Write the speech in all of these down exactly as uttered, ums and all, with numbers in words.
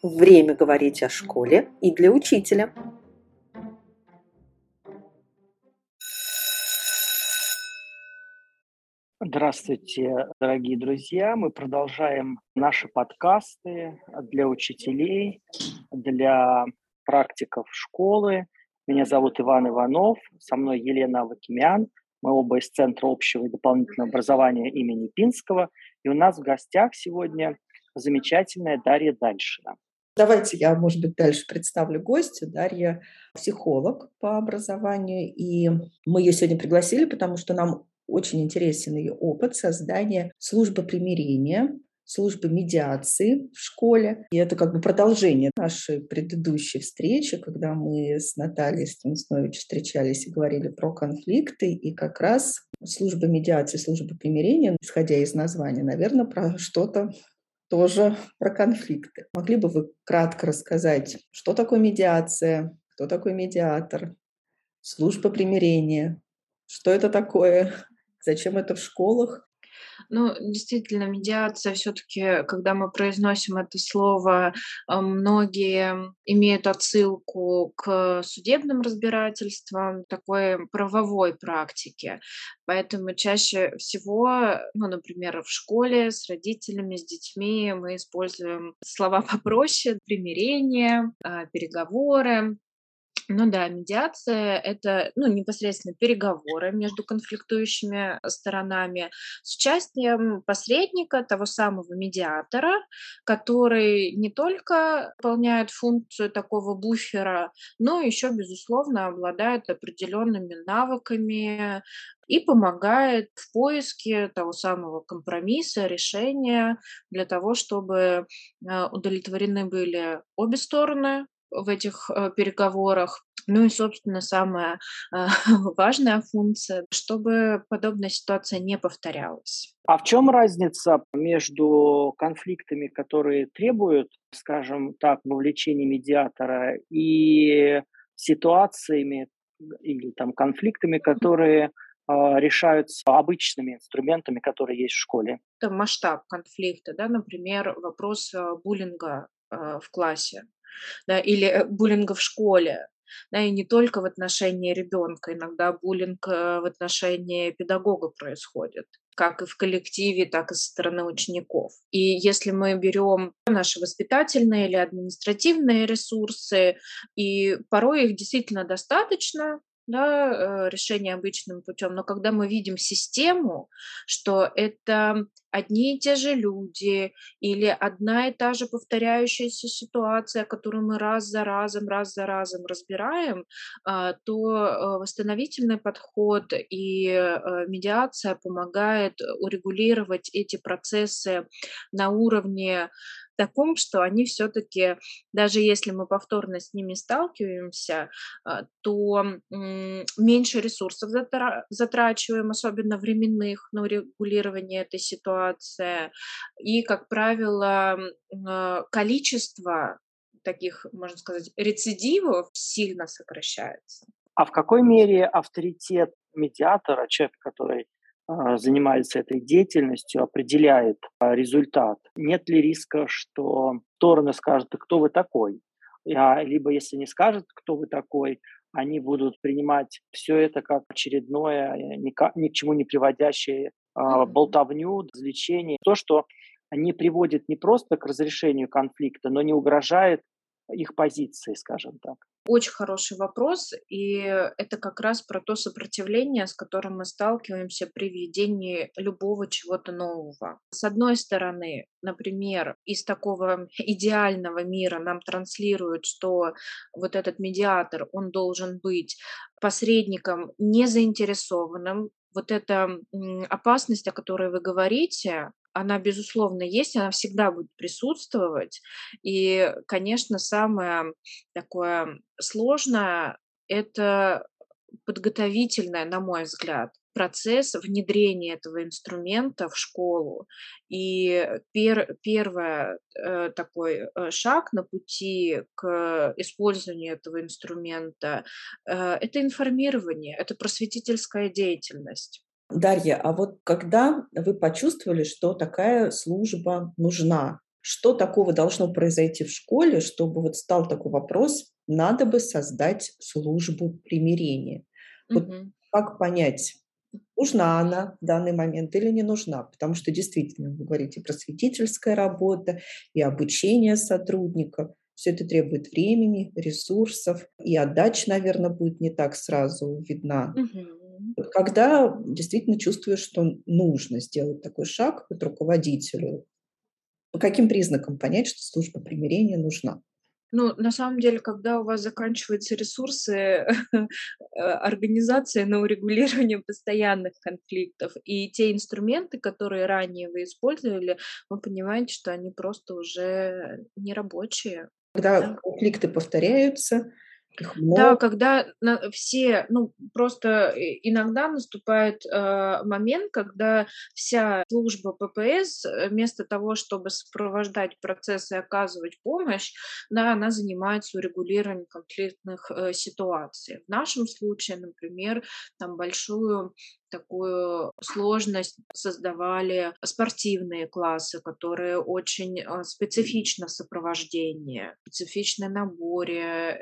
Время говорить о школе и для учителя. Здравствуйте, дорогие друзья! Мы продолжаем наши подкасты для учителей, для практиков школы. Меня зовут Иван Иванов, со мной Елена Авакимян. Мы оба из Центра общего и дополнительного образования имени Пинского. И у нас в гостях сегодня замечательная Дарья Дальшина. Давайте я, может быть, дальше представлю гостя. Дарья психолог по образованию, и мы ее сегодня пригласили, потому что нам очень интересен ее опыт создания службы примирения, службы медиации в школе. И это как бы продолжение нашей предыдущей встречи, когда мы с Натальей Станиславович встречались и говорили про конфликты, и как раз служба медиации, служба примирения, исходя из названия, наверное, про что-то тоже про конфликты. Могли бы вы кратко рассказать, что такое медиация, кто такой медиатор, служба примирения, что это такое, зачем это в школах? Ну, действительно, медиация все-таки, когда мы произносим это слово, многие имеют отсылку к судебным разбирательствам, такой правовой практике. Поэтому чаще всего, ну, например, в школе с родителями, с детьми мы используем слова попроще: примирение, переговоры. Ну да, медиация — это, ну, непосредственно переговоры между конфликтующими сторонами с участием посредника, того самого медиатора, который не только выполняет функцию такого буфера, но еще, безусловно, обладает определенными навыками и помогает в поиске того самого компромисса, решения для того, чтобы э, удовлетворены были обе стороны в этих э, переговорах. Ну и, собственно, самая э, важная функция, чтобы подобная ситуация не повторялась. А в чем разница между конфликтами, которые требуют, скажем так, вовлечения медиатора, и ситуациями или там конфликтами, которые а, решаются обычными инструментами, которые есть в школе? Это масштаб конфликта, да, например, вопрос э, буллинга э, в классе, да, или э, буллинга в школе. Да, и не только в отношении ребенка, иногда буллинг э, в отношении педагога происходит, как и в коллективе, так и со стороны учеников. И если мы берем наши воспитательные или административные ресурсы, и порой их действительно достаточно, да, э, решения обычным путем, но когда мы видим систему, что это одни и те же люди или одна и та же повторяющаяся ситуация, которую мы раз за разом, раз за разом разбираем, а, то э, восстановительный подход и э, медиация помогает урегулировать эти процессы на уровне таком, что они все-таки, даже если мы повторно с ними сталкиваемся, а, то м, меньше ресурсов затра- затрачиваем, особенно временных, на урегулирование этой ситуации. И, как правило, м, а, количество таких, можно сказать, рецидивов сильно сокращается. А в какой мере авторитет медиатора, человека, который а, занимается этой деятельностью, определяет а, результат? Нет ли риска, что стороны скажут: «Да кто вы такой?» А, Либо, если не скажут, кто вы такой, они будут принимать все это как очередное, э, ни, ка- ни к чему не приводящее а, Мгм. болтовню, развлечение. То, что не приводит не просто к разрешению конфликта, но не угрожает их позиции, скажем так. Очень хороший вопрос, и это как раз про то сопротивление, с которым мы сталкиваемся при введении любого чего-то нового. С одной стороны, например, из такого идеального мира нам транслируют, что вот этот медиатор, он должен быть посредником незаинтересованным. Вот эта м, опасность, о которой вы говорите, она, безусловно, есть, она всегда будет присутствовать. И, конечно, самое такое сложное — это подготовительное, на мой взгляд, процесс внедрения этого инструмента в школу. И пер первое, э, такой, э, шаг на пути к использованию этого инструмента — э, это информирование, это просветительская деятельность. Дарья, а вот когда вы почувствовали, что такая служба нужна? что такого должно произойти в школе, чтобы вот стал такой вопрос, надо бы создать службу примирения. Вот Мгм. как понять, нужна она в данный момент или не нужна? Потому что действительно, вы говорите, просветительская работа и обучение сотрудников. Все это требует времени, ресурсов, и отдача, наверное, будет не так сразу видна. Мгм. Вот когда действительно чувствуешь, что нужно сделать такой шаг вот руководителю, по каким признакам понять, что служба примирения нужна? Ну, на самом деле, когда у вас заканчиваются ресурсы э, организации на урегулирование постоянных конфликтов, и те инструменты, которые ранее вы использовали, вы понимаете, что они просто уже не рабочие. Когда Да. конфликты повторяются, их Да, много. когда на все, ну, просто и иногда наступает, э, момент, когда вся служба П П С, э, вместо того, чтобы сопровождать процесс и оказывать помощь, да, она занимается урегулированием конфликтных, э, ситуаций. В нашем случае, например, там большую такую сложность создавали спортивные классы, которые очень, э, специфичны в сопровождении, специфичны в наборе.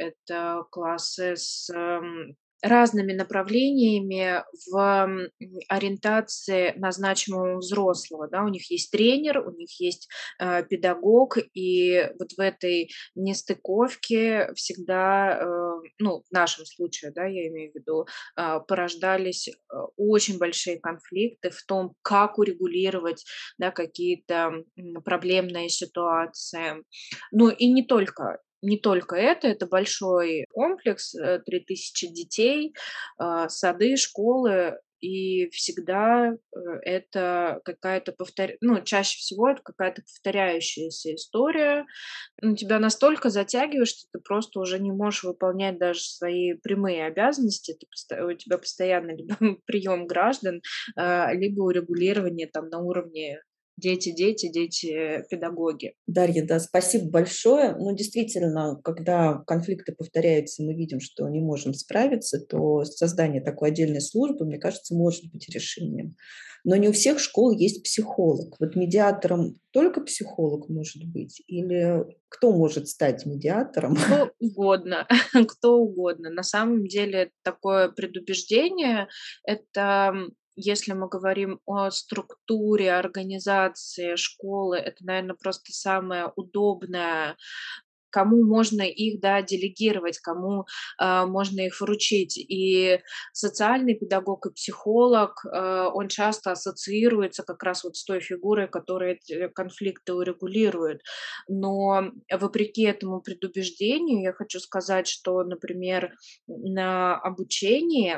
Это классы с, м, разными направлениями в, м, ориентации на значимого взрослого, да. У них есть тренер, у них есть, э, педагог, и вот в этой нестыковке всегда, э, ну, в нашем случае, да, я имею в виду, а, порождались, э, очень большие конфликты в том, как урегулировать, да, какие-то, м, проблемные ситуации. Ну и не только не только это, это большой комплекс, э, три тысячи детей, а, сады, школы, и всегда, э, это какая-то повтор ну, чаще всего это какая-то повторяющаяся история. Ну, тебя настолько затягивает, что ты просто уже не можешь выполнять даже свои прямые обязанности. Ты посто у тебя постоянно либо прием граждан, а, либо урегулирование там на уровне дети, дети, дети, педагоги. Дарья, да, спасибо большое. Ну, действительно, когда конфликты повторяются, мы видим, что не можем справиться, то создание такой отдельной службы, мне кажется, может быть решением. Но не у всех школ есть психолог. Вот медиатором только психолог может быть? Или кто может стать медиатором? Кто угодно, кто угодно. На самом деле такое предубеждение — это, м, если мы говорим о структуре организации школы, это, наверно, просто самое удобное, кому можно их, да, делегировать, кому, а, можно их вручить. И социальный педагог, и психолог, э, он часто ассоциируется как раз вот с той фигурой, которая эти конфликты урегулирует. Но вопреки этому предубеждению я хочу сказать, что, например, на обучении,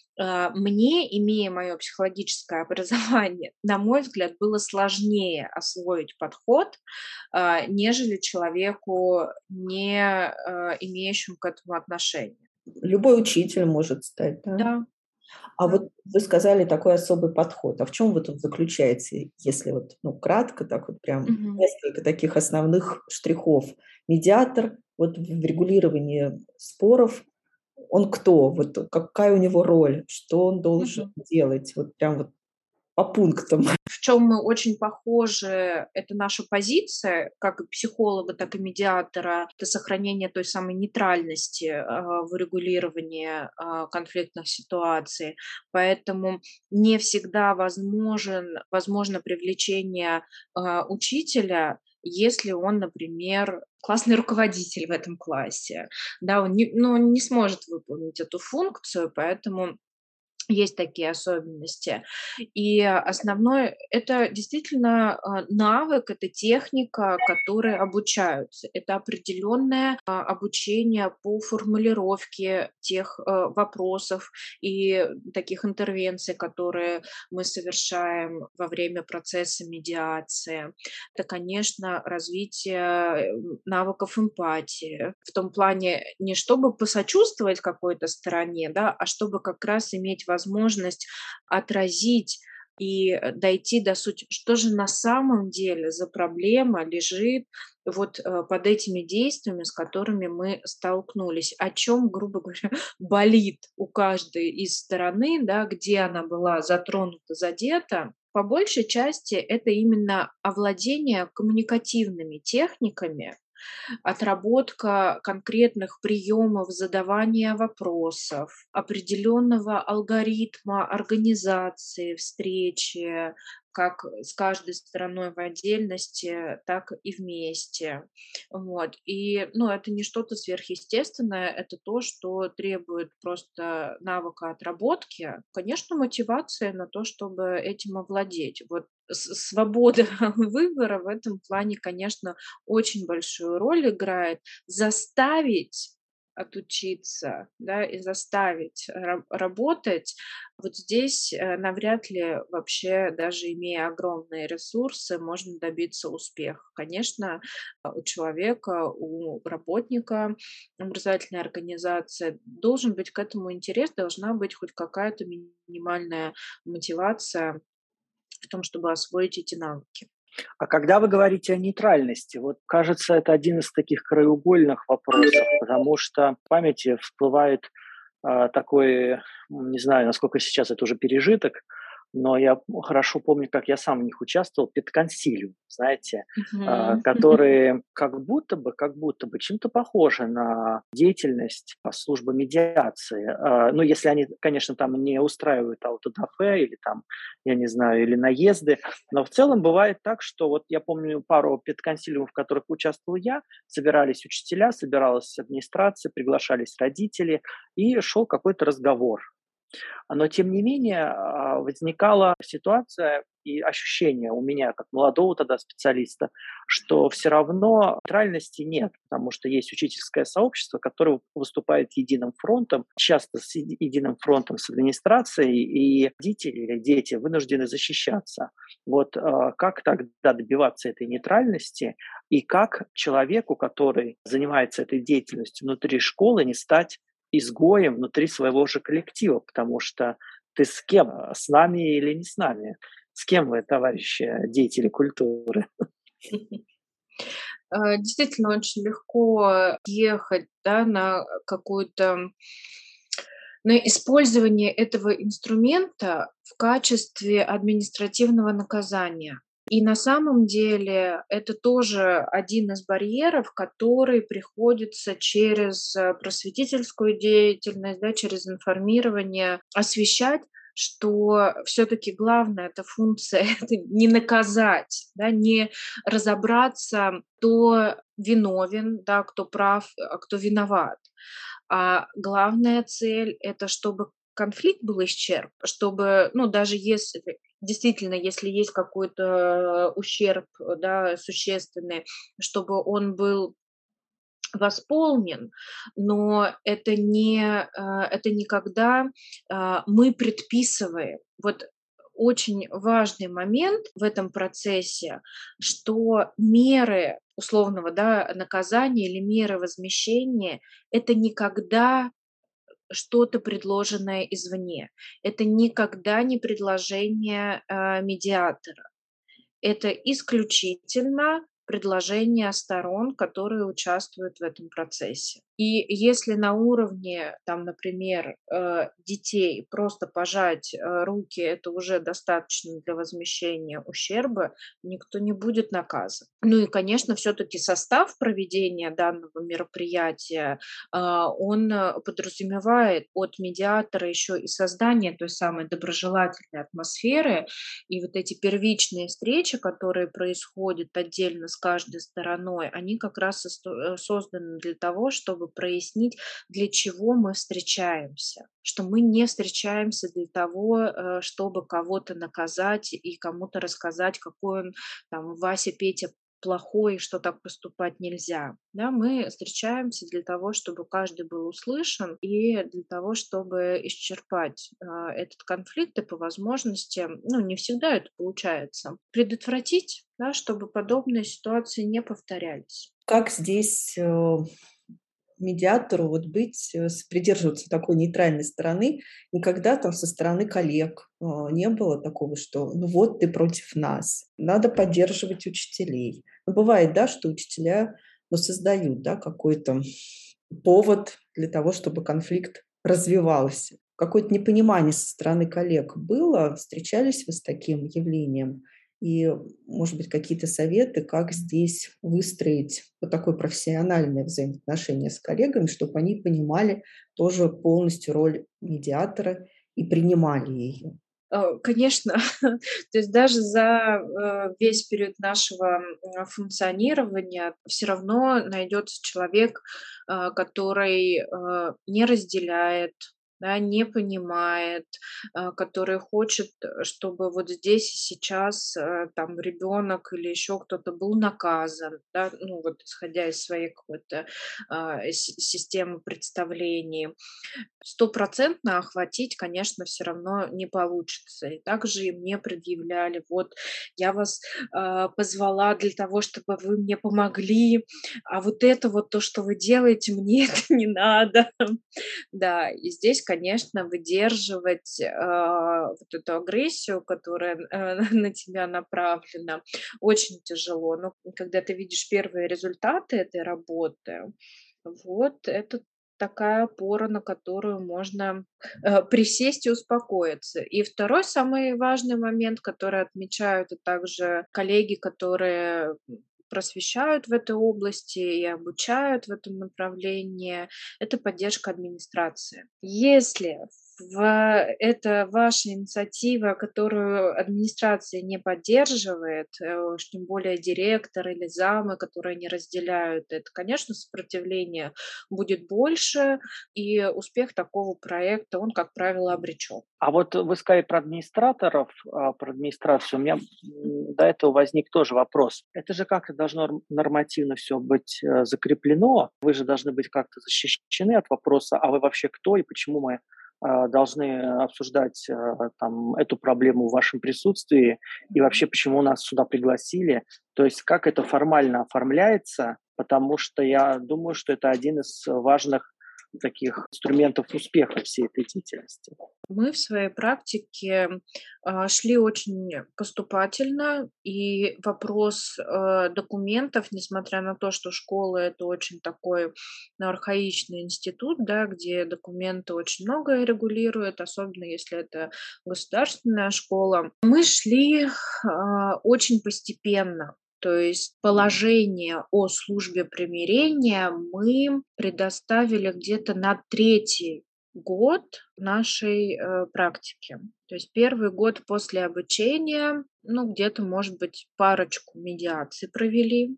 а, мне, имея мое психологическое образование, на мой взгляд, было сложнее освоить подход, а, нежели человеку, не, а, имеющему к этому отношения. Любой учитель может стать, да? Да, А да. вот вы сказали такой особый подход. А в чем вот он заключается, если вот, ну, кратко, так вот прям Мгм. несколько таких основных штрихов? Медиатор вот в регулировании споров, он кто? Вот какая у него роль? Что он должен Мгм. делать? Вот прям вот по пунктам. В чем мы очень похожи — это наша позиция, как и психолога, так и медиатора. Это сохранение той самой нейтральности, а, в урегулировании, а, конфликтных ситуаций. Поэтому не всегда возможен возможно привлечение, а, учителя, если он, например, классный руководитель в этом классе. Да, он не ну, он не сможет выполнить эту функцию, поэтому есть такие особенности. И основное — это действительно, а, навык, это техника, которые обучаются. Это определенное, а, обучение по формулировке тех, э, вопросов и таких интервенций, которые мы совершаем во время процесса медиации. Это, конечно, развитие, м, навыков эмпатии. В том плане, не чтобы посочувствовать какой-то стороне, да, а чтобы как раз иметь возможность отразить и, э, дойти до сути, что же на самом деле за проблема лежит вот, э, под этими действиями, с которыми мы столкнулись. О чем, грубо говоря, болит у каждой из стороны, да, где она была затронута, задета. по большей части это именно овладение коммуникативными техниками, отработка конкретных приемов задавания вопросов, определенного алгоритма организации встречи, как с каждой стороной в отдельности, так и вместе. Вот. И, ну, это не что-то сверхъестественное, это то, что требует просто навыка отработки. Конечно, мотивация на то, чтобы этим овладеть. Вот с- свобода выбора в этом плане, конечно, очень большую роль играет. Заставить отучиться, да, и заставить ра- работать, вот здесь э, навряд ли вообще, даже имея огромные ресурсы, можно добиться успеха. Конечно, а, у человека, у работника образовательной организации должен быть к этому интерес, должна быть хоть какая-то минимальная мотивация в том, чтобы освоить эти навыки. А когда вы говорите о нейтральности, вот кажется, это один из таких краеугольных вопросов, потому что в памяти всплывает а, такой, м, не знаю, насколько сейчас это уже пережиток, но я хорошо помню, как я сам в них участвовал, педконсилиум, знаете, а, Мгм. которые как будто бы, как будто бы чем-то похожи на деятельность а, службы медиации. А, Ну, если они, конечно, там не устраивают аутодафе или там, я не знаю, или наезды, но в целом бывает так, что вот я помню пару педконсилиумов, в которых участвовал я, собирались учителя, собиралась администрация, приглашались родители, и шел какой-то разговор. Но тем не менее, а, возникала ситуация и ощущение у меня, как молодого тогда специалиста, что все равно нейтральности нет, потому что есть учительское сообщество, которое выступает единым фронтом, часто с еди единым фронтом с администрацией, и родители или дети вынуждены защищаться. Вот, а, как тогда добиваться этой нейтральности и как человеку, который занимается этой деятельностью внутри школы, не стать изгоем внутри своего же коллектива, потому что ты с кем? А, С нами или не с нами? С кем вы, товарищи деятели культуры? Э, Действительно, очень легко ехать, да, на какую-то на использование этого инструмента в качестве административного наказания. И на самом деле это тоже один из барьеров, который приходится через э, просветительскую деятельность, да, через информирование освещать, что все-таки главная эта функция это не наказать, да, не разобраться, кто виновен, да, кто прав, а кто виноват. А главная цель это чтобы конфликт был исчерпан, чтобы, ну, даже если действительно, если есть какой-то ущерб, э, да, существенный, чтобы он был восполнен, но это не, э, это не когда, а, мы предписываем. Вот очень важный момент в этом процессе, что меры условного, да, наказания или меры возмещения- это никогда что-то, предложенное извне. Это никогда не предложение, э, медиатора. Это исключительно предложения сторон, которые участвуют в этом процессе. И если на уровне, там, например, э, детей просто пожать э, руки, это уже достаточно для возмещения ущерба, никто не будет наказан. Ну и, конечно, все-таки состав проведения данного мероприятия, а, он э, подразумевает от медиатора еще и создание той самой доброжелательной атмосферы, и вот эти первичные встречи, которые происходят отдельно с каждой стороной, они как раз и сто- э, созданы для того, чтобы прояснить, для чего мы встречаемся. Что мы не встречаемся для того, э, чтобы кого-то наказать и кому-то рассказать, какой он там Вася, Петя плохой, что так поступать нельзя. Да, мы встречаемся для того, чтобы каждый был услышан и для того, чтобы исчерпать а, этот конфликт и по возможности, ну, не всегда это получается, предотвратить, да, чтобы подобные ситуации не повторялись. Как здесь э, медиатору вот быть, э, с- придерживаться такой нейтральной стороны, никогда там со стороны коллег э, не было такого, что ну вот ты против нас, надо поддерживать учителей. Ну, бывает, да, что учителя ну, создают да, какой-то повод для того, чтобы конфликт развивался. какое-то непонимание со стороны коллег было? Встречались вы с таким явлением? И, может быть, какие-то советы, как здесь выстроить вот такое профессиональное взаимоотношение с коллегами, чтобы они понимали тоже полностью роль медиатора и принимали ее? Э, конечно, то есть даже за, э, весь период нашего, м, функционирования все равно найдется человек, э, который, э, не разделяет, да, не понимает, э, который хочет, э, чтобы вот здесь и сейчас, э, там ребенок или еще кто-то был наказан, да, ну вот исходя из своей какой-то, а, си системы представлений. Стопроцентно охватить, конечно, все равно не получится. И также и мне предъявляли: "Вот я вас, а, позвала для того, чтобы вы мне помогли, а вот это вот то, что вы делаете, мне это не надо". Да, и здесь, конечно, выдерживать, а, вот эту агрессию, которая, э, на тебя направлена, очень тяжело. Но когда ты видишь первые результаты этой работы, вот это такая опора, на которую можно, э, присесть и успокоиться. И второй самый важный момент, который отмечают и также коллеги, которые, м, просвещают в этой области и обучают в этом направлении — это поддержка администрации. Если в это ваша инициатива, которую администрация не поддерживает, э, уж тем более директор или замы, которые не разделяют это, конечно, сопротивление будет больше, и успех такого проекта, он, как правило, обречен. А вот вы сказали про администраторов, а, про администрацию. У меня м, до этого возник тоже вопрос. Это же как должно норм- нормативно все быть э, закреплено? Вы же должны быть как-то защищены от вопроса, а вы вообще кто и почему мы а, должны обсуждать а, там, эту проблему в вашем присутствии, и вообще почему нас сюда пригласили. То есть как это формально оформляется, потому что я думаю, что это один из важных таких инструментов успеха всей этой деятельности. Мы в своей практике, а, шли очень поступательно, и вопрос, э, документов, несмотря на то, что школа — это очень такой архаичный институт, да, где документы очень многое регулируют, особенно если это государственная школа. Мы шли, а, очень постепенно. То есть положение о службе примирения мы предоставили где-то на третий год нашей, э, практики. То есть первый год после обучения, ну, где-то, может быть, парочку медиаций провели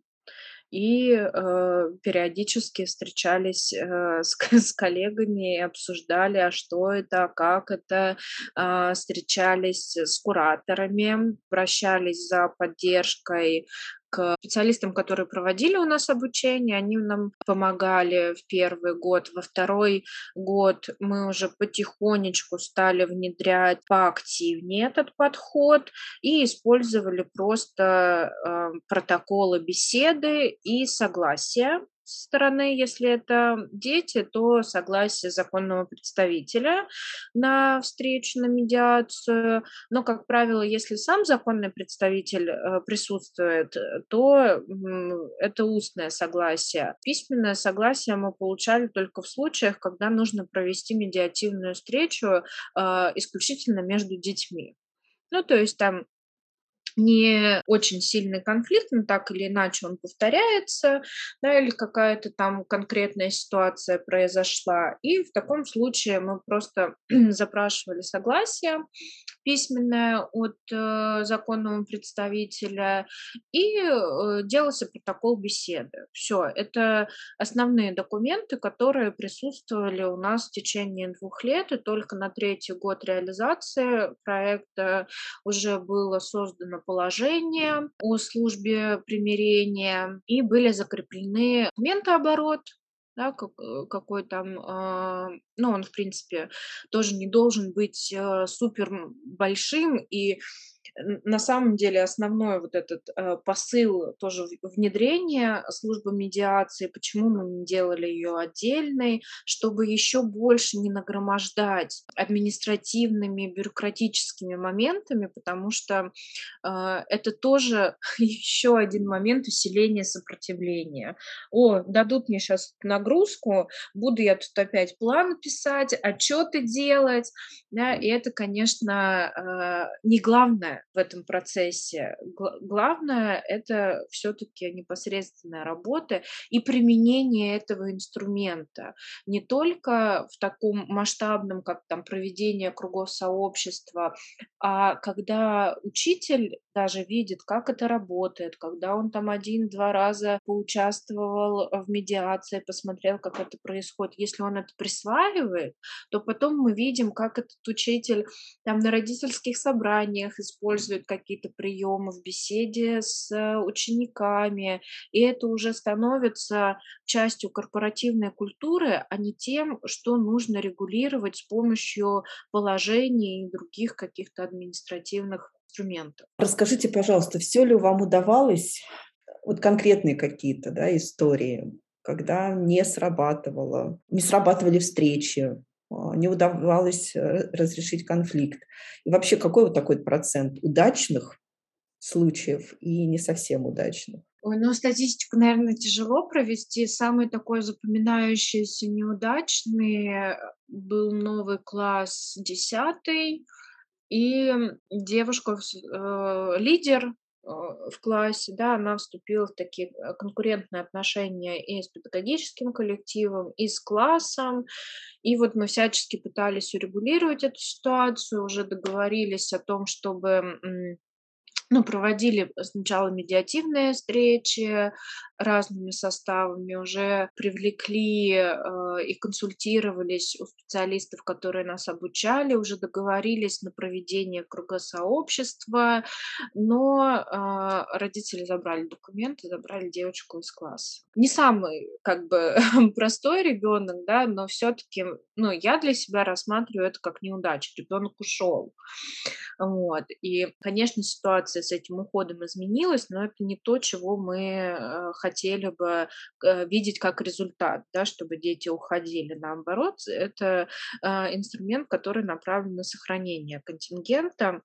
и, э, периодически встречались, э, с ко с коллегами и обсуждали, а что это, как это. А, встречались с кураторами, обращались за поддержкой к специалистам, которые проводили у нас обучение. Они нам помогали в первый год. Во второй год мы уже потихонечку стали внедрять поактивнее этот подход и использовали просто, э, протоколы беседы и согласие со стороны, если это дети, то согласие законного представителя на встречу, на медиацию. Но, как правило, если сам законный представитель, э, присутствует, э, то, м, это устное согласие. Письменное согласие мы получали только в случаях, когда нужно провести медиативную встречу, а, исключительно между детьми. Ну, то есть там не очень сильный конфликт, но так или иначе он повторяется, да, или какая-то там конкретная ситуация произошла. И в таком случае мы просто запрашивали согласие письменное от э, законного представителя, и э, делался протокол беседы. Все, это основные документы, которые присутствовали у нас в течение двух лет, и только на третий год реализации проекта уже было создано положение о службе примирения и были закреплены документооборот, да, как, э, какой там, а, ну, он, в принципе, тоже не должен быть э, супер м, большим и н на самом деле основной вот этот, э, посыл тоже в внедрения службы медиации, почему мы не делали ее отдельной, чтобы еще больше не нагромождать административными, бюрократическими моментами, потому что, э, это тоже еще один момент усиления сопротивления. О, дадут мне сейчас нагрузку, буду я тут опять планы писать, отчеты делать, да, и это, конечно, э, не главное в этом процессе. Гла главное- это все-таки непосредственная работа и применение этого инструмента. Не только в таком масштабном, как там проведение кругов сообщества, а когда учитель даже видит, как это работает, когда он там один-два раза поучаствовал в медиации, посмотрел, как это происходит. Если он это присваивает, то потом мы видим, как этот учитель там на родительских собраниях использует какие-то приемы в беседе с учениками, и это уже становится частью корпоративной культуры, а не тем, что нужно регулировать с помощью положений и других каких-то административных инструментов. Расскажите, пожалуйста, все ли вам удавалось, вот конкретные какие-то, да, истории, когда не срабатывало, не срабатывали встречи, а, не удавалось э, разрешить конфликт? И вообще, какой вот такой процент удачных случаев и не совсем удачных? Ой, ну, статистику, наверное, тяжело провести. Самый такой запоминающийся неудачный э, был новый класс десятый, и девушка, вс э, лидер, э, в классе, да, она вступила в такие, э, конкурентные отношения и с педагогическим коллективом, и с классом. И вот мы всячески пытались урегулировать эту ситуацию, уже договорились о том, чтобы, м ну, проводили сначала медиативные встречи разными составами, уже привлекли, э, и консультировались у специалистов, которые нас обучали, уже договорились на проведение круга сообщества, но, а, родители забрали документы, забрали девочку из класса. Не самый, как бы, простой ребенок, да, но все-таки, ну, я для себя рассматриваю это как неудачу. Ребенок ушел. Вот. И, конечно, ситуация с этим уходом изменилась, но это не то, чего мы э, хотели бы э, видеть как результат, да, чтобы дети уходили. Наоборот, это э, инструмент, который направлен на сохранение контингента,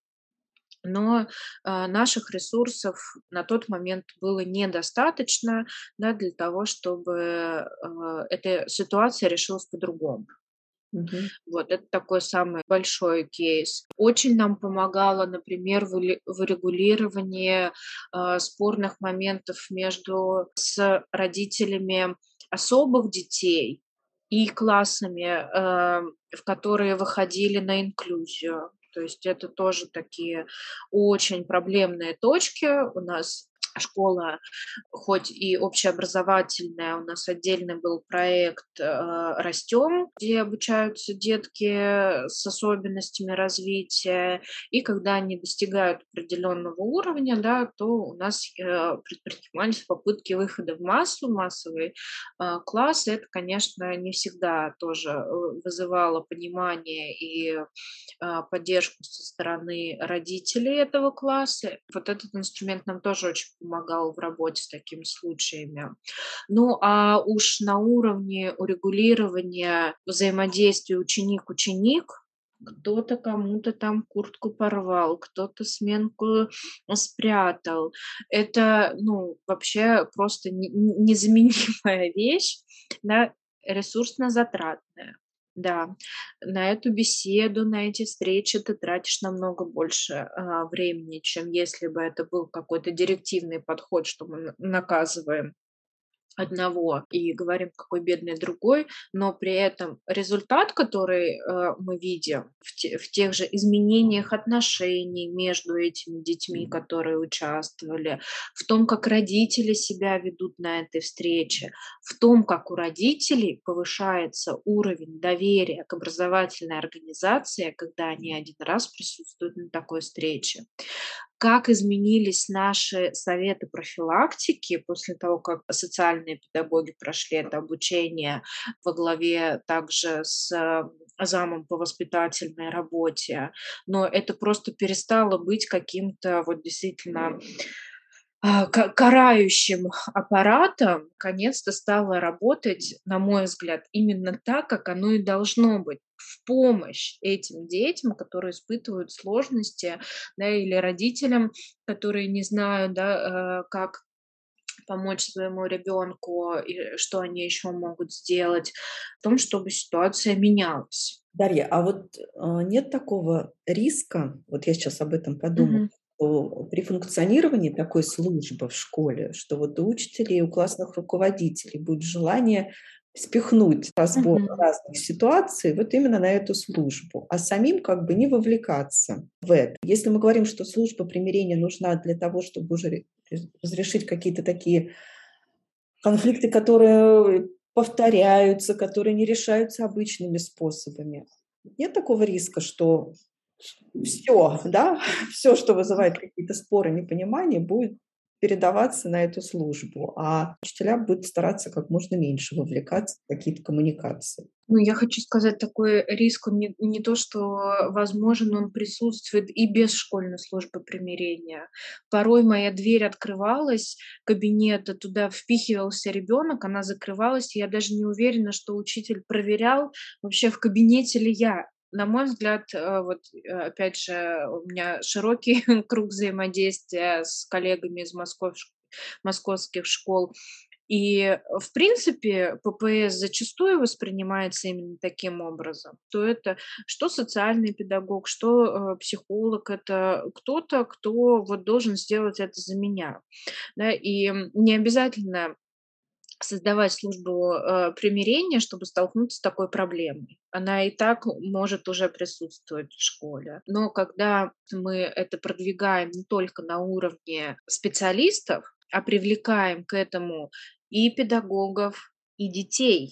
но э, наших ресурсов на тот момент было недостаточно, да, для того, чтобы э, эта ситуация решилась по-другому. Мгм. Вот это такой самый большой кейс. Очень нам помогало, например, в уле в урегулировании, а, спорных моментов между с родителями особых детей и классами, а, в которые выходили на инклюзию. То есть это тоже такие очень проблемные точки. У нас школа хоть и общеобразовательная, у нас отдельный был проект э, «Растем», где обучаются детки с особенностями развития, и когда они достигают определенного уровня, да, то у нас э, предпринимались попытки выхода в массу, массовый э, класс. Это, конечно, не всегда тоже э, вызывало понимание и а, поддержку со стороны родителей этого класса. Вот этот инструмент нам тоже очень помогал в работе с такими случаями. Ну, а уж на уровне урегулирования взаимодействия ученик-ученик кто-то кому-то там куртку порвал, кто-то сменку спрятал. Это, ну, вообще просто не- не- незаменимая вещь, да, ресурсно-затратная. Да, на эту беседу, на эти встречи ты тратишь намного больше а, времени, чем если бы это был какой-то директивный подход, что мы на- наказываем одного и говорим, какой бедный другой, но при этом результат, который э, мы видим в, те- в тех же изменениях отношений между этими детьми, которые участвовали, в том, как родители себя ведут на этой встрече, в том, как у родителей повышается уровень доверия к образовательной организации, когда они один раз присутствуют на такой встрече. как изменились наши советы профилактики после того, как социальные педагоги прошли это обучение во главе также с э, замом по воспитательной работе. Но это просто перестало быть каким-то вот действительно а, ка карающим аппаратом, наконец-то стало работать, на мой взгляд, именно так, как оно и должно быть. В помощь этим детям, которые испытывают сложности, да, или родителям, которые не знают, да, э, как помочь своему ребенку и что они еще могут сделать, в том, чтобы ситуация менялась. Дарья, а вот а, нет такого риска, вот я сейчас об этом подумала, Мгм. что при функционировании такой службы в школе, что вот у учителей, у классных руководителей будет желание спихнуть разбор Мгм. разных ситуаций вот именно на эту службу, а самим как бы не вовлекаться в это. Если мы говорим, что служба примирения нужна для того, чтобы уже ре- разрешить какие-то такие конфликты, которые повторяются, которые не решаются обычными способами. Нет такого риска, что все, да, все, что вызывает какие-то споры, непонимания, будет передаваться на эту службу, а учителя будут стараться как можно меньше вовлекаться в какие-то коммуникации. Ну, я хочу сказать, такой риск, он не, не то, что возможен, он присутствует и без школьной службы примирения. Порой моя дверь открывалась кабинета, туда впихивался ребенок, она закрывалась, и я даже не уверена, что учитель проверял вообще, в кабинете ли я. На мой взгляд, э, вот э, опять же, у меня широкий круг взаимодействия с коллегами из Москов- московских школ. И, э, в принципе, П П С зачастую воспринимается именно таким образом. То это что социальный педагог, что, э, психолог- это кто-то, кто вот должен сделать это за меня. Да, и, м, не обязательно создавать службу, э, примирения, чтобы столкнуться с такой проблемой. Она и так может уже присутствовать в школе. Но когда мы это продвигаем не только на уровне специалистов, а привлекаем к этому и педагогов, и детей,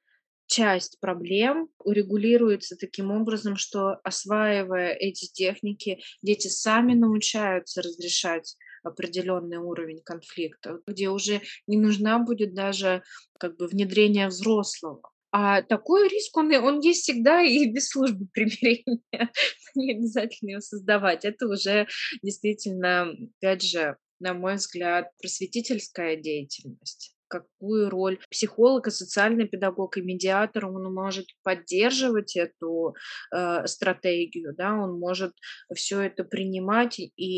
часть проблем урегулируется таким образом, что, осваивая эти техники, дети сами научаются разрешать определенный уровень конфликта, где уже не нужна будет даже как бы внедрение взрослого. А такой риск, он, и- он есть всегда и без службы примирения. Не обязательно его создавать. Это уже действительно, опять же, на мой взгляд, просветительская деятельность. Какую роль психолог, и социальный педагог, и медиатор, он может поддерживать эту э, стратегию, да, он может все это принимать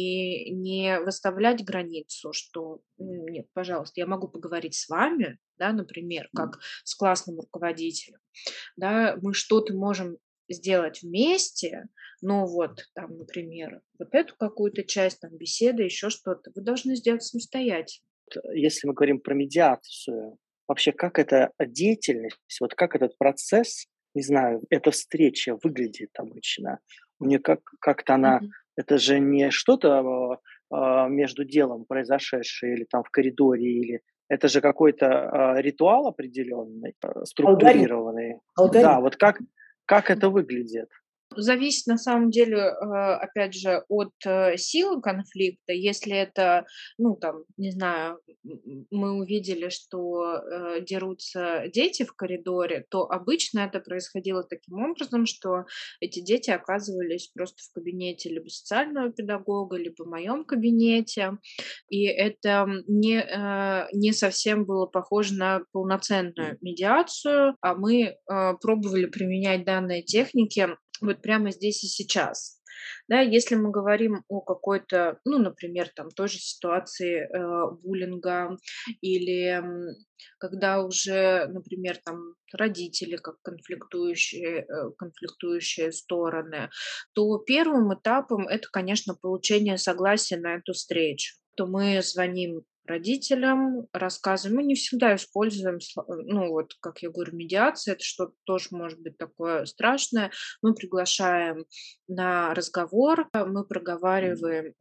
и не выставлять границу, что «М, нет, пожалуйста, я могу поговорить с вами, да, например, как с классным руководителем, да, мы что-то можем сделать вместе, но вот там, например, вот эту какую-то часть, там, беседы, еще что-то, вы должны сделать самостоятельно». Если мы говорим про медиацию, вообще как эта деятельность, вот как этот процесс, не знаю, эта встреча выглядит обычно? У нее как, как-то она, Мгм. это же не что-то э, э, между делом произошедшее или там в коридоре, или это же какой-то э, ритуал определенный, э, Алгоритм. структурированный. Да, Алгоритм. вот как, как это выглядит? Зависит на самом деле, э, опять же, от, э, силы конфликта. Если это, ну, там, не знаю, м м мы увидели, что, э, дерутся дети в коридоре, то обычно это происходило таким образом, что эти дети оказывались просто в кабинете либо социального педагога, либо в моем кабинете. И это, м, не, э, не совсем было похоже на полноценную медиацию, а мы, э, пробовали применять данные техники вот прямо здесь и сейчас. Да, если мы говорим о какой-то, ну, например, там той же ситуации э, буллинга или м, когда уже, например, там родители как конфликтующие, э, конфликтующие стороны, то первым этапом это, конечно, получение согласия на эту встречу. То мы звоним родителям, рассказываем. Мы не всегда используем, сл- ну вот, как я говорю, медиация, это что-то тоже может быть такое страшное. Мы приглашаем на разговор, мы проговариваем, ш-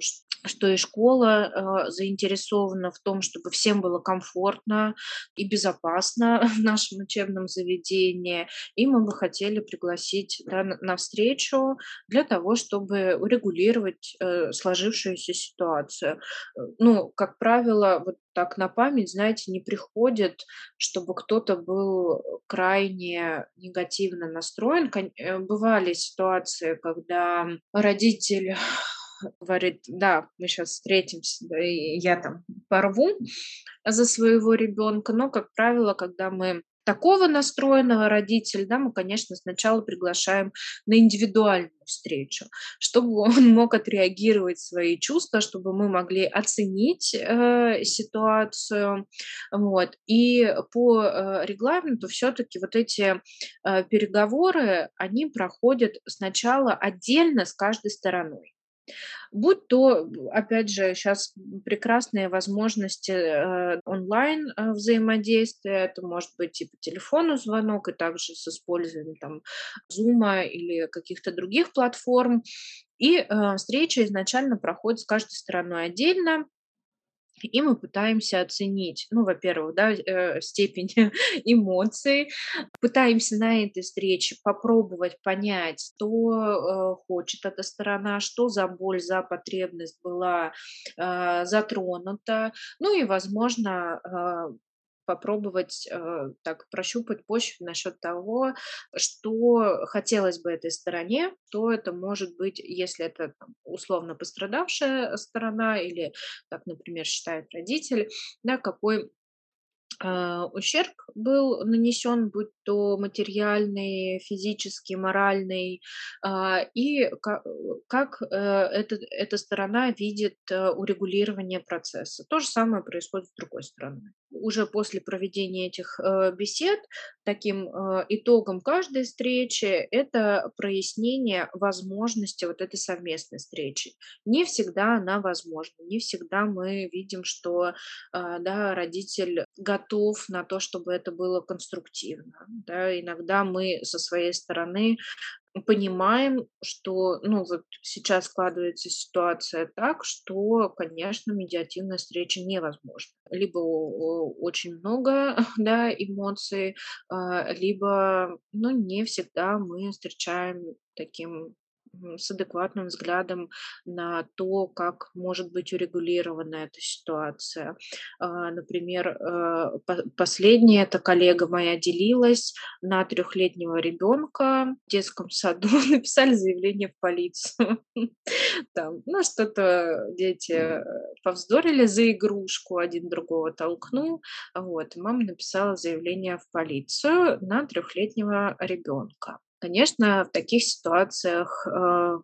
что и школа, э, заинтересована в том, чтобы всем было комфортно и безопасно в нашем учебном заведении. И мы бы хотели пригласить, да, н на встречу для того, чтобы урегулировать, э, сложившуюся ситуацию. Э, ну, как правило, вот так на память, знаете, не приходит, чтобы кто-то был крайне негативно настроен. Кон э, бывали ситуации, когда родитель говорит: "Да, мы сейчас встретимся, да, и я там порву за своего ребенка". Но, как правило, когда мы такого настроенного родителя, да, мы, конечно, сначала приглашаем на индивидуальную встречу, чтобы он мог отреагировать свои чувства, чтобы мы могли оценить, э, ситуацию. Вот. И по, э, регламенту все-таки вот эти, э, переговоры, они проходят сначала отдельно с каждой стороной. Будь то, б опять же, сейчас прекрасные возможности, э, онлайн, э, взаимодействия. Это может быть и по телефону звонок, и также с использованием там "Зума" или каких-то других платформ. И, э, встреча изначально проходит с каждой стороной отдельно. И мы пытаемся оценить, ну, во-первых, да, э, степень эмоций. Пытаемся на этой встрече попробовать понять, что, э, хочет эта сторона, что за боль, за потребность была, а, затронута. Ну и, возможно, а, попробовать, э, так прощупать почву насчет того, что хотелось бы этой стороне, что это может быть, если это там условно пострадавшая сторона или, как, например, считает родитель, да, какой а, ущерб был нанесен, будь то материальный, физический, моральный, а, и ка- как э, эта, эта сторона видит э, урегулирование процесса. То же самое происходит с другой стороной. Уже после проведения этих э, бесед, таким э, итогом каждой встречи это прояснение возможности вот этой совместной встречи. Не всегда она возможна, не всегда мы видим, что а, да, родитель готов на то, чтобы это было конструктивно. Да. Иногда мы со своей стороны понимаем, что, ну, вот сейчас складывается ситуация так, что, конечно, медиативная встреча невозможна. Либо о- о- очень много, да, эмоций, а, либо, ну, не всегда мы встречаем таким м, с адекватным взглядом на то, как может быть урегулирована эта ситуация. А, Например, э, по- последняя, эта коллега моя делилась, на трехлетнего ребенка в детском саду написали заявление в полицию. Там, ну, что-то дети, э, повздорили за игрушку, один другого толкнул. Вот, и мама написала заявление в полицию на трехлетнего ребенка. Конечно, в таких ситуациях, э,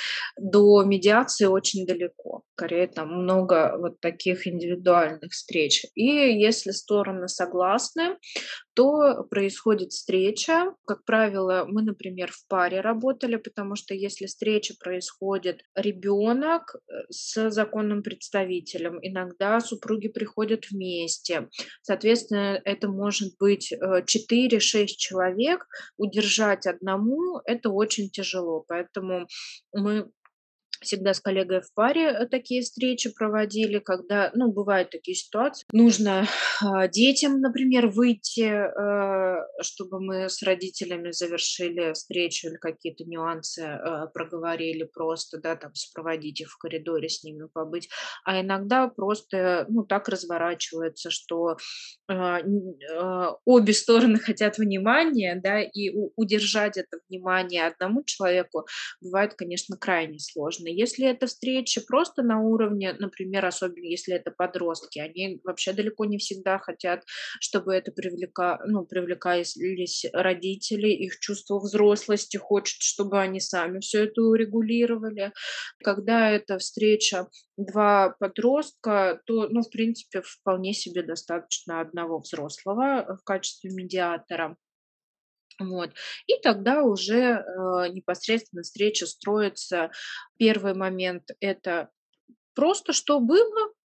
до медиации очень далеко. Скорее, там много вот таких индивидуальных встреч. И если стороны согласны, то происходит встреча. Как правило, мы, например, в паре работали, потому что если встреча происходит ребенок э, с законным представителем, иногда супруги приходят вместе. Соответственно, это может быть э, четыре-шесть человек. Удержать одному это очень тяжело. Поэтому мы всегда с коллегой в паре э, такие встречи проводили, когда, ну, бывают такие ситуации. Нужно а, детям, например, выйти, э, чтобы мы с родителями завершили встречу или какие-то нюансы э, проговорили просто, да, там сопроводить их в коридоре, с ними побыть. А иногда просто, ну, так разворачивается, что а, н- а, обе стороны хотят внимания, да, и у- удержать это внимание одному человеку бывает, конечно, крайне сложно. Если это встречи просто на уровне, например, особенно если это подростки, они вообще далеко не всегда хотят, чтобы это привлека, ну, привлекались родители, их чувство взрослости хочет, чтобы они сами все это урегулировали. Когда это встреча два подростка, то, ну, в принципе, вполне себе достаточно одного взрослого в качестве медиатора. Вот. И тогда уже, э, непосредственно встреча строится. Первый момент — это просто что было,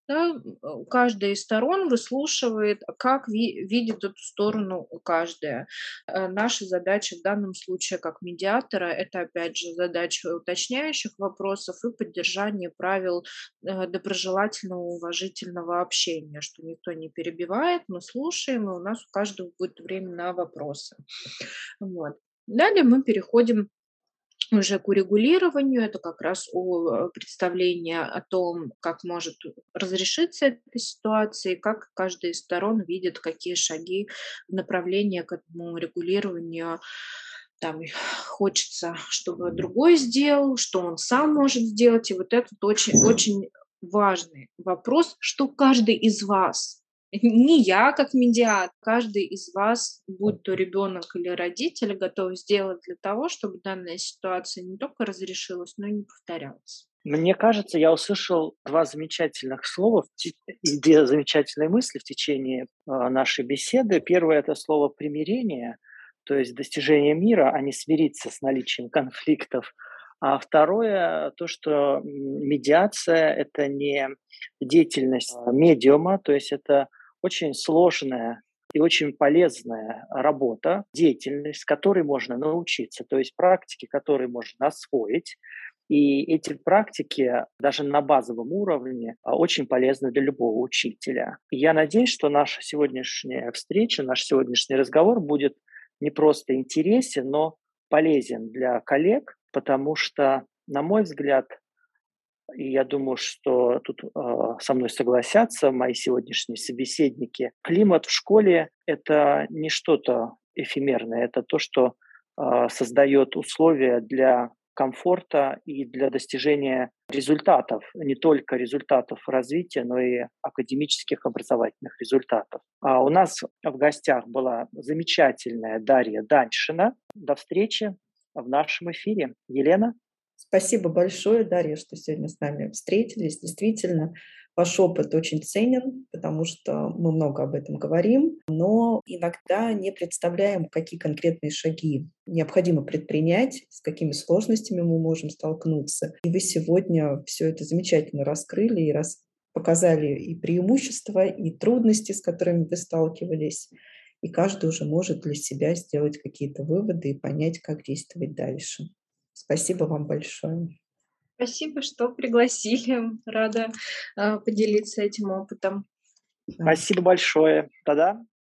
Да, м, каждая из сторон выслушивает, как ви видит эту сторону каждая. Э, наша задача в данном случае как медиатора — это, опять же, задача уточняющих вопросов и поддержание правил, э, доброжелательного, уважительного общения, что никто не перебивает, мы слушаем, и у нас у каждого будет время на вопросы. Вот. Далее мы переходим уже к урегулированию. Это как раз о э, представление о том, как может разрешиться эта ситуация, и как каждая из сторон видит, какие шаги в направлении к этому регулированию там хочется, чтобы другой сделал, что он сам может сделать. И вот этот очень, очень важный вопрос, что каждый из вас, не я как медиатор, каждый из вас, будь то ребенок или родитель, готов сделать для того, чтобы данная ситуация не только разрешилась, но и не повторялась. Мне кажется, я услышал два замечательных слова в те- и две замечательные мысли в течение а, нашей беседы. Первое – это слово «примирение», то есть достижение мира, а не смириться с наличием конфликтов. А второе – то, что м, медиация – это не деятельность а, медиума, то есть это очень сложная и очень полезная работа, деятельность, которой можно научиться, то есть практики, которые можно освоить. И эти практики даже на базовом уровне а, очень полезны для любого учителя. И я надеюсь, что наша сегодняшняя встреча, наш сегодняшний разговор будет не просто интересен, но полезен для коллег, потому что, на мой взгляд, и я думаю, что тут э, со мной согласятся мои сегодняшние собеседники, климат в школе – это не что-то эфемерное, это то, что э, создает условия для комфорта и для достижения результатов, не только результатов развития, но и академических образовательных результатов. А у нас в гостях была замечательная Дарья Даньшина. До встречи в нашем эфире. Елена? Спасибо большое, Дарья, что сегодня с нами встретились. Действительно, ваш опыт очень ценен, потому что мы много об этом говорим, но иногда не представляем, какие конкретные шаги необходимо предпринять, с какими сложностями мы можем столкнуться. И вы сегодня все это замечательно раскрыли и рас... показали и преимущества, и трудности, с которыми вы сталкивались. И каждый уже может для себя сделать какие-то выводы и понять, как действовать дальше. Спасибо вам большое. Спасибо, что пригласили. Рада, а, поделиться этим опытом. Да. Спасибо большое. Тогда